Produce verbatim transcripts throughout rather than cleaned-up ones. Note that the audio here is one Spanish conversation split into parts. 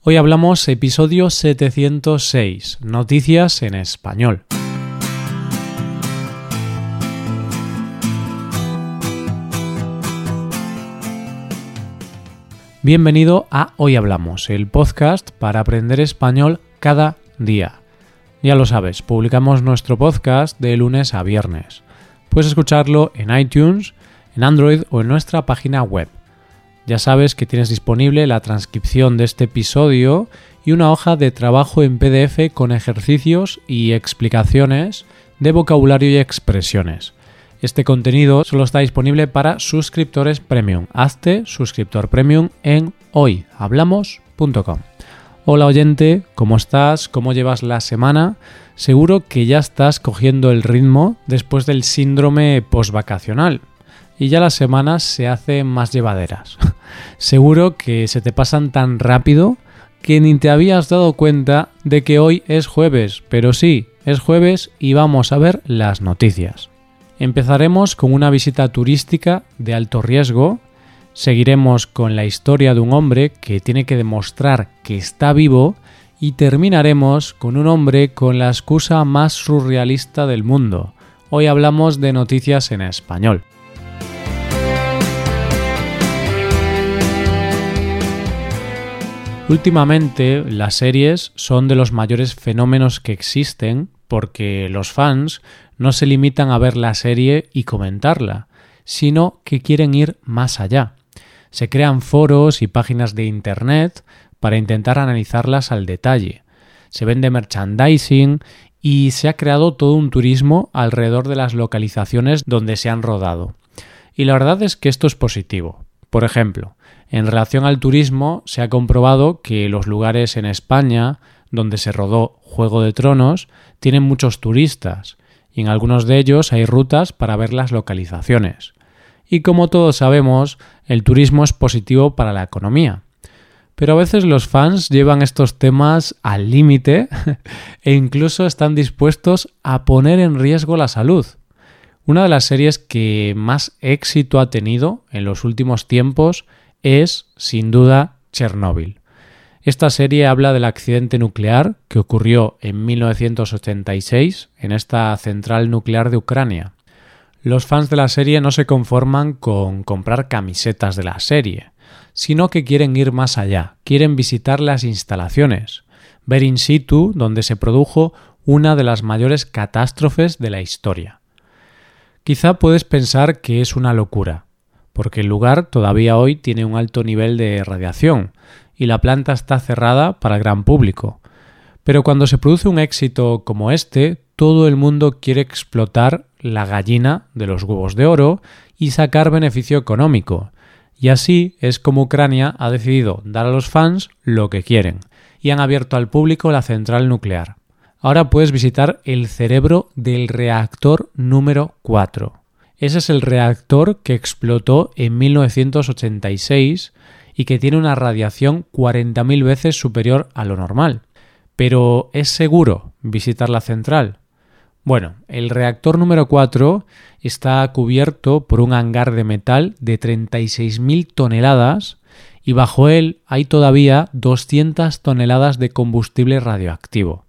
Hoy hablamos episodio setecientos seis, Noticias en Español. Bienvenido a Hoy Hablamos, el podcast para aprender español cada día. Ya lo sabes, publicamos nuestro podcast de lunes a viernes. Puedes escucharlo en iTunes, en Android o en nuestra página web. Ya sabes que tienes disponible la transcripción de este episodio y una hoja de trabajo en P D F con ejercicios y explicaciones de vocabulario y expresiones. Este contenido solo está disponible para suscriptores premium. Hazte suscriptor premium en hoy hablamos punto com. Hola oyente, ¿cómo estás? ¿Cómo llevas la semana? Seguro que ya estás cogiendo el ritmo después del síndrome postvacacional y ya las semanas se hacen más llevaderas. Seguro que se te pasan tan rápido que ni te habías dado cuenta de que hoy es jueves, pero sí, es jueves y vamos a ver las noticias. Empezaremos con una visita turística de alto riesgo, seguiremos con la historia de un hombre que tiene que demostrar que está vivo y terminaremos con un hombre con la excusa más surrealista del mundo. Hoy hablamos de noticias en español. Últimamente, las series son de los mayores fenómenos que existen porque los fans no se limitan a ver la serie y comentarla, sino que quieren ir más allá. Se crean foros y páginas de internet para intentar analizarlas al detalle. Se vende merchandising y se ha creado todo un turismo alrededor de las localizaciones donde se han rodado. Y la verdad es que esto es positivo. Por ejemplo, en relación al turismo, se ha comprobado que los lugares en España donde se rodó Juego de Tronos tienen muchos turistas y en algunos de ellos hay rutas para ver las localizaciones. Y como todos sabemos, el turismo es positivo para la economía. Pero a veces los fans llevan estos temas al límite e incluso están dispuestos a poner en riesgo la salud. Una de las series que más éxito ha tenido en los últimos tiempos es, sin duda, Chernobyl. Esta serie habla del accidente nuclear que ocurrió en mil novecientos ochenta y seis en esta central nuclear de Ucrania. Los fans de la serie no se conforman con comprar camisetas de la serie, sino que quieren ir más allá, quieren visitar las instalaciones, ver in situ donde se produjo una de las mayores catástrofes de la historia. Quizá puedes pensar que es una locura, porque el lugar todavía hoy tiene un alto nivel de radiación y la planta está cerrada para el gran público. Pero cuando se produce un éxito como este, todo el mundo quiere explotar la gallina de los huevos de oro y sacar beneficio económico. Y así es como Ucrania ha decidido dar a los fans lo que quieren y han abierto al público la central nuclear. Ahora puedes visitar el cerebro del reactor número cuatro. Ese es el reactor que explotó en mil novecientos ochenta y seis y que tiene una radiación cuarenta mil veces superior a lo normal. ¿Pero es seguro visitar la central? Bueno, el reactor número cuatro está cubierto por un hangar de metal de treinta y seis mil toneladas y bajo él hay todavía doscientas toneladas de combustible radioactivo.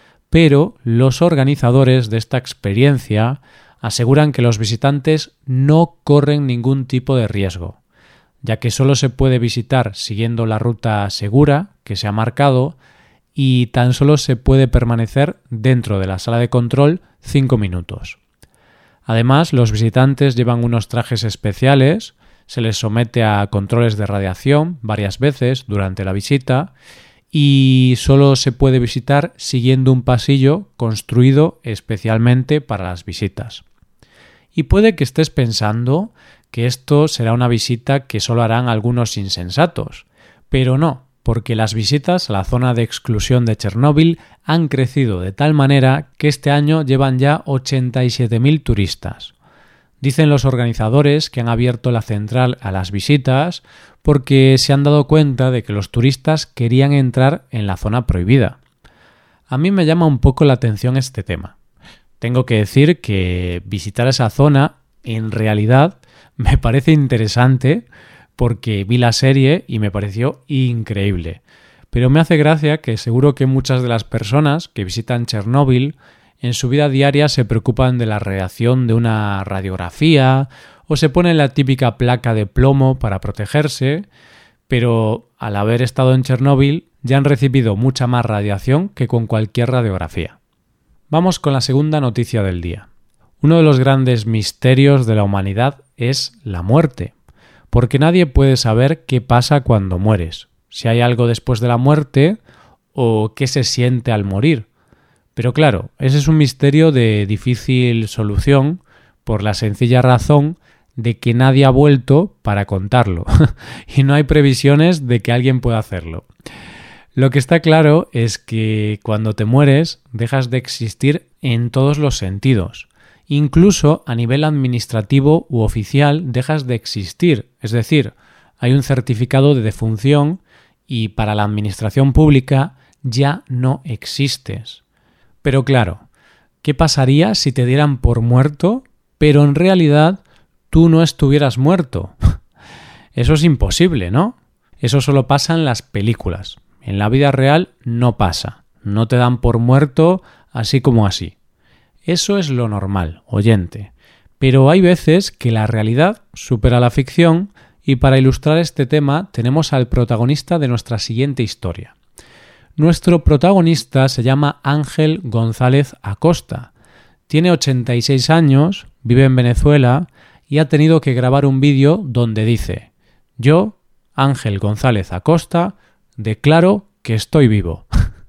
Pero los organizadores de esta experiencia aseguran que los visitantes no corren ningún tipo de riesgo, ya que solo se puede visitar siguiendo la ruta segura que se ha marcado y tan solo se puede permanecer dentro de la sala de control cinco minutos. Además, los visitantes llevan unos trajes especiales, se les somete a controles de radiación varias veces durante la visita y solo se puede visitar siguiendo un pasillo construido especialmente para las visitas. Y puede que estés pensando que esto será una visita que solo harán algunos insensatos, pero no, porque las visitas a la zona de exclusión de Chernóbil han crecido de tal manera que este año llevan ya ochenta y siete mil turistas. Dicen los organizadores que han abierto la central a las visitas porque se han dado cuenta de que los turistas querían entrar en la zona prohibida. A mí me llama un poco la atención este tema. Tengo que decir que visitar esa zona en realidad me parece interesante porque vi la serie y me pareció increíble. Pero me hace gracia que seguro que muchas de las personas que visitan Chernóbil en su vida diaria se preocupan de la radiación de una radiografía o se ponen la típica placa de plomo para protegerse, pero al haber estado en Chernóbil ya han recibido mucha más radiación que con cualquier radiografía. Vamos con la segunda noticia del día. Uno de los grandes misterios de la humanidad es la muerte, porque nadie puede saber qué pasa cuando mueres, si hay algo después de la muerte o qué se siente al morir. Pero claro, ese es un misterio de difícil solución por la sencilla razón de que nadie ha vuelto para contarlo y no hay previsiones de que alguien pueda hacerlo. Lo que está claro es que cuando te mueres dejas de existir en todos los sentidos. Incluso a nivel administrativo u oficial dejas de existir, es decir, hay un certificado de defunción y para la administración pública ya no existes. Pero claro, ¿qué pasaría si te dieran por muerto, pero en realidad tú no estuvieras muerto? Eso es imposible, ¿no? Eso solo pasa en las películas. En la vida real no pasa. No te dan por muerto así como así. Eso es lo normal, oyente. Pero hay veces que la realidad supera la ficción y para ilustrar este tema tenemos al protagonista de nuestra siguiente historia. Nuestro protagonista se llama Ángel González Acosta. Tiene ochenta y seis años, vive en Venezuela y ha tenido que grabar un vídeo donde dice: yo, Ángel González Acosta, declaro que estoy vivo.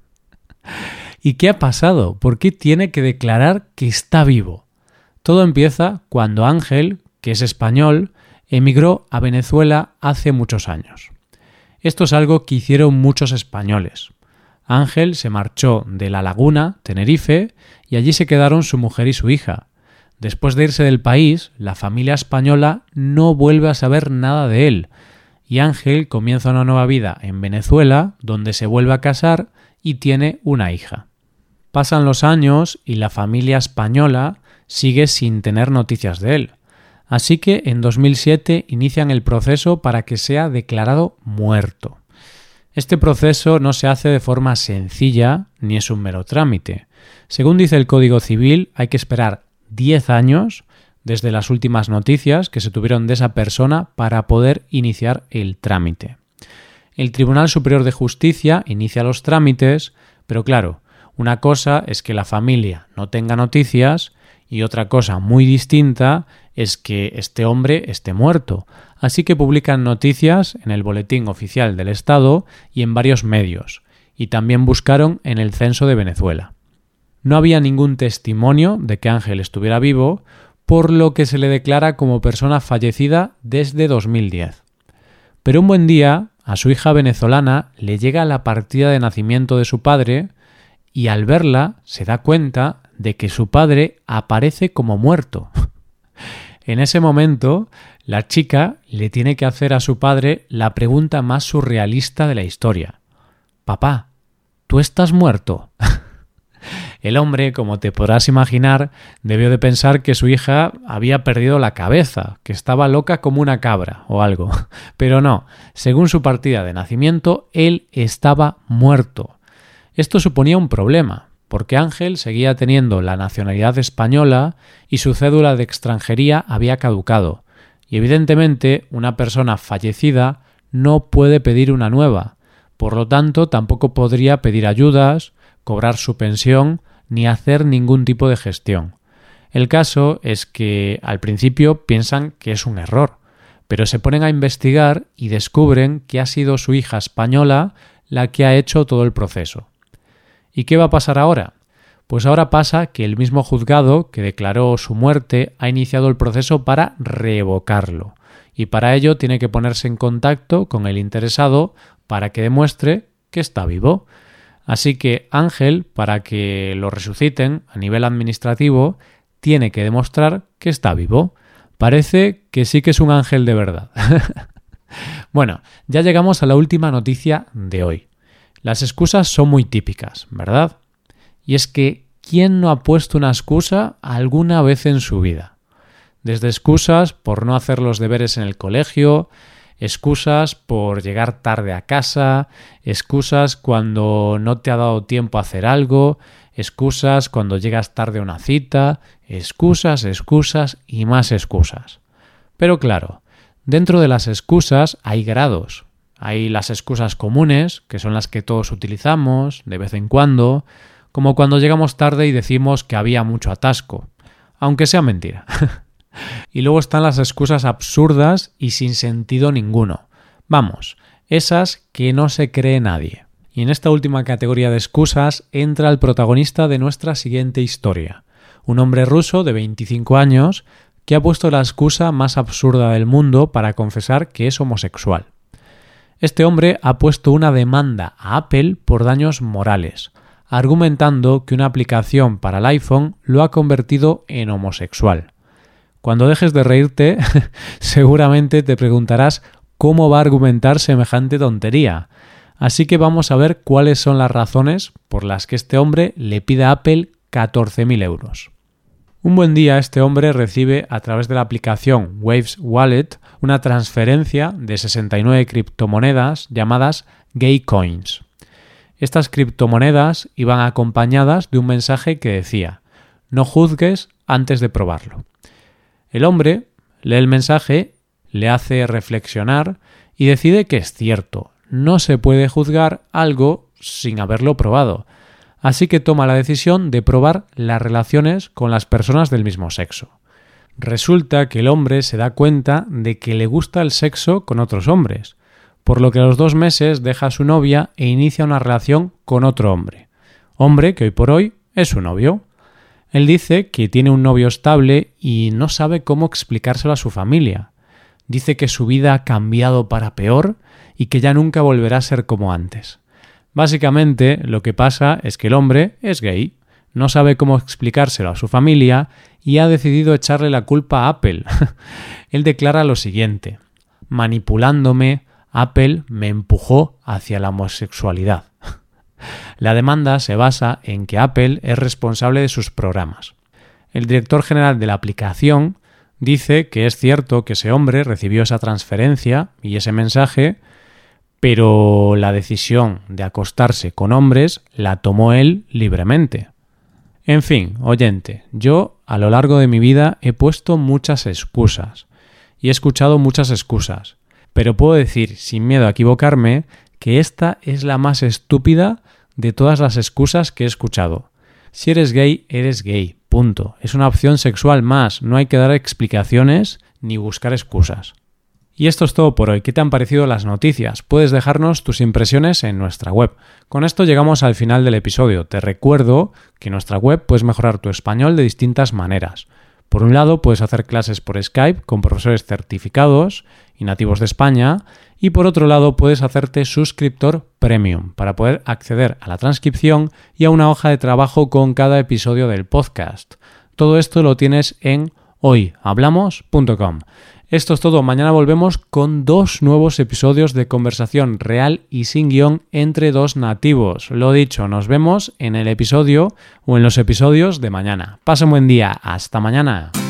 ¿Y qué ha pasado? ¿Por qué tiene que declarar que está vivo? Todo empieza cuando Ángel, que es español, emigró a Venezuela hace muchos años. Esto es algo que hicieron muchos españoles. Ángel se marchó de La Laguna, Tenerife, y allí se quedaron su mujer y su hija. Después de irse del país, la familia española no vuelve a saber nada de él, y Ángel comienza una nueva vida en Venezuela, donde se vuelve a casar y tiene una hija. Pasan los años y la familia española sigue sin tener noticias de él. Así que en dos mil siete inician el proceso para que sea declarado muerto. Este proceso no se hace de forma sencilla ni es un mero trámite. Según dice el Código Civil, hay que esperar diez años desde las últimas noticias que se tuvieron de esa persona para poder iniciar el trámite. El Tribunal Superior de Justicia inicia los trámites, pero claro, una cosa es que la familia no tenga noticias y otra cosa muy distinta es que este hombre esté muerto. Así que publican noticias en el Boletín Oficial del Estado y en varios medios, y también buscaron en el Censo de Venezuela. No había ningún testimonio de que Ángel estuviera vivo, por lo que se le declara como persona fallecida desde dos mil diez. Pero un buen día, a su hija venezolana le llega la partida de nacimiento de su padre y al verla se da cuenta de que su padre aparece como muerto. En ese momento, la chica le tiene que hacer a su padre la pregunta más surrealista de la historia. «Papá, ¿tú estás muerto?» El hombre, como te podrás imaginar, debió de pensar que su hija había perdido la cabeza, que estaba loca como una cabra o algo. Pero no, según su partida de nacimiento, él estaba muerto. Esto suponía un problema, porque Ángel seguía teniendo la nacionalidad española y su cédula de extranjería había caducado. Y evidentemente, una persona fallecida no puede pedir una nueva. Por lo tanto, tampoco podría pedir ayudas, cobrar su pensión ni hacer ningún tipo de gestión. El caso es que al principio piensan que es un error, pero se ponen a investigar y descubren que ha sido su hija española la que ha hecho todo el proceso. ¿Y qué va a pasar ahora? Pues ahora pasa que el mismo juzgado que declaró su muerte ha iniciado el proceso para revocarlo, y para ello tiene que ponerse en contacto con el interesado para que demuestre que está vivo. Así que Ángel, para que lo resuciten a nivel administrativo, tiene que demostrar que está vivo. Parece que sí que es un ángel de verdad. Bueno, ya llegamos a la última noticia de hoy. Las excusas son muy típicas, ¿verdad? Y es que, ¿quién no ha puesto una excusa alguna vez en su vida? Desde excusas por no hacer los deberes en el colegio, Excusas por llegar tarde a casa, excusas cuando no te ha dado tiempo a hacer algo, excusas cuando llegas tarde a una cita, excusas, excusas y más excusas. Pero claro, dentro de las excusas hay grados. Hay las excusas comunes, que son las que todos utilizamos de vez en cuando, como cuando llegamos tarde y decimos que había mucho atasco, aunque sea mentira. Y luego están las excusas absurdas y sin sentido ninguno. Vamos, esas que no se cree nadie. Y en esta última categoría de excusas entra el protagonista de nuestra siguiente historia, un hombre ruso de veinticinco años que ha puesto la excusa más absurda del mundo para confesar que es homosexual. Este hombre ha puesto una demanda a Apple por daños morales, argumentando que una aplicación para el iPhone lo ha convertido en homosexual. Cuando dejes de reírte, seguramente te preguntarás cómo va a argumentar semejante tontería. Así que vamos a ver cuáles son las razones por las que este hombre le pide a Apple catorce mil euros. Un buen día este hombre recibe a través de la aplicación Waves Wallet una transferencia de sesenta y nueve criptomonedas llamadas Gay Coins. Estas criptomonedas iban acompañadas de un mensaje que decía: no juzgues antes de probarlo. El hombre lee el mensaje, le hace reflexionar y decide que es cierto, no se puede juzgar algo sin haberlo probado. Así que toma la decisión de probar las relaciones con las personas del mismo sexo. Resulta que el hombre se da cuenta de que le gusta el sexo con otros hombres, por lo que a los dos meses deja a su novia e inicia una relación con otro hombre. Hombre que hoy por hoy es su novio. Él dice que tiene un novio estable y no sabe cómo explicárselo a su familia. Dice que su vida ha cambiado para peor y que ya nunca volverá a ser como antes. Básicamente, lo que pasa es que el hombre es gay, no sabe cómo explicárselo a su familia y ha decidido echarle la culpa a Apple. Él declara lo siguiente: manipulándome, Apple me empujó hacia la homosexualidad. La demanda se basa en que Apple es responsable de sus programas. El director general de la aplicación dice que es cierto que ese hombre recibió esa transferencia y ese mensaje, pero la decisión de acostarse con hombres la tomó él libremente. En fin, oyente, yo a lo largo de mi vida he puesto muchas excusas y he escuchado muchas excusas, pero puedo decir sin miedo a equivocarme que esta es la más estúpida de todas las excusas que he escuchado. Si eres gay, eres gay, punto. Es una opción sexual más, no hay que dar explicaciones ni buscar excusas. Y esto es todo por hoy. ¿Qué te han parecido las noticias? Puedes dejarnos tus impresiones en nuestra web. Con esto llegamos al final del episodio. Te recuerdo que en nuestra web puedes mejorar tu español de distintas maneras. Por un lado, puedes hacer clases por Skype con profesores certificados y nativos de España, y por otro lado, puedes hacerte suscriptor premium para poder acceder a la transcripción y a una hoja de trabajo con cada episodio del podcast. Todo esto lo tienes en hoy hablamos punto com. Esto es todo. Mañana volvemos con dos nuevos episodios de conversación real y sin guión entre dos nativos. Lo dicho, nos vemos en el episodio o en los episodios de mañana. Pasa un buen día. Hasta mañana.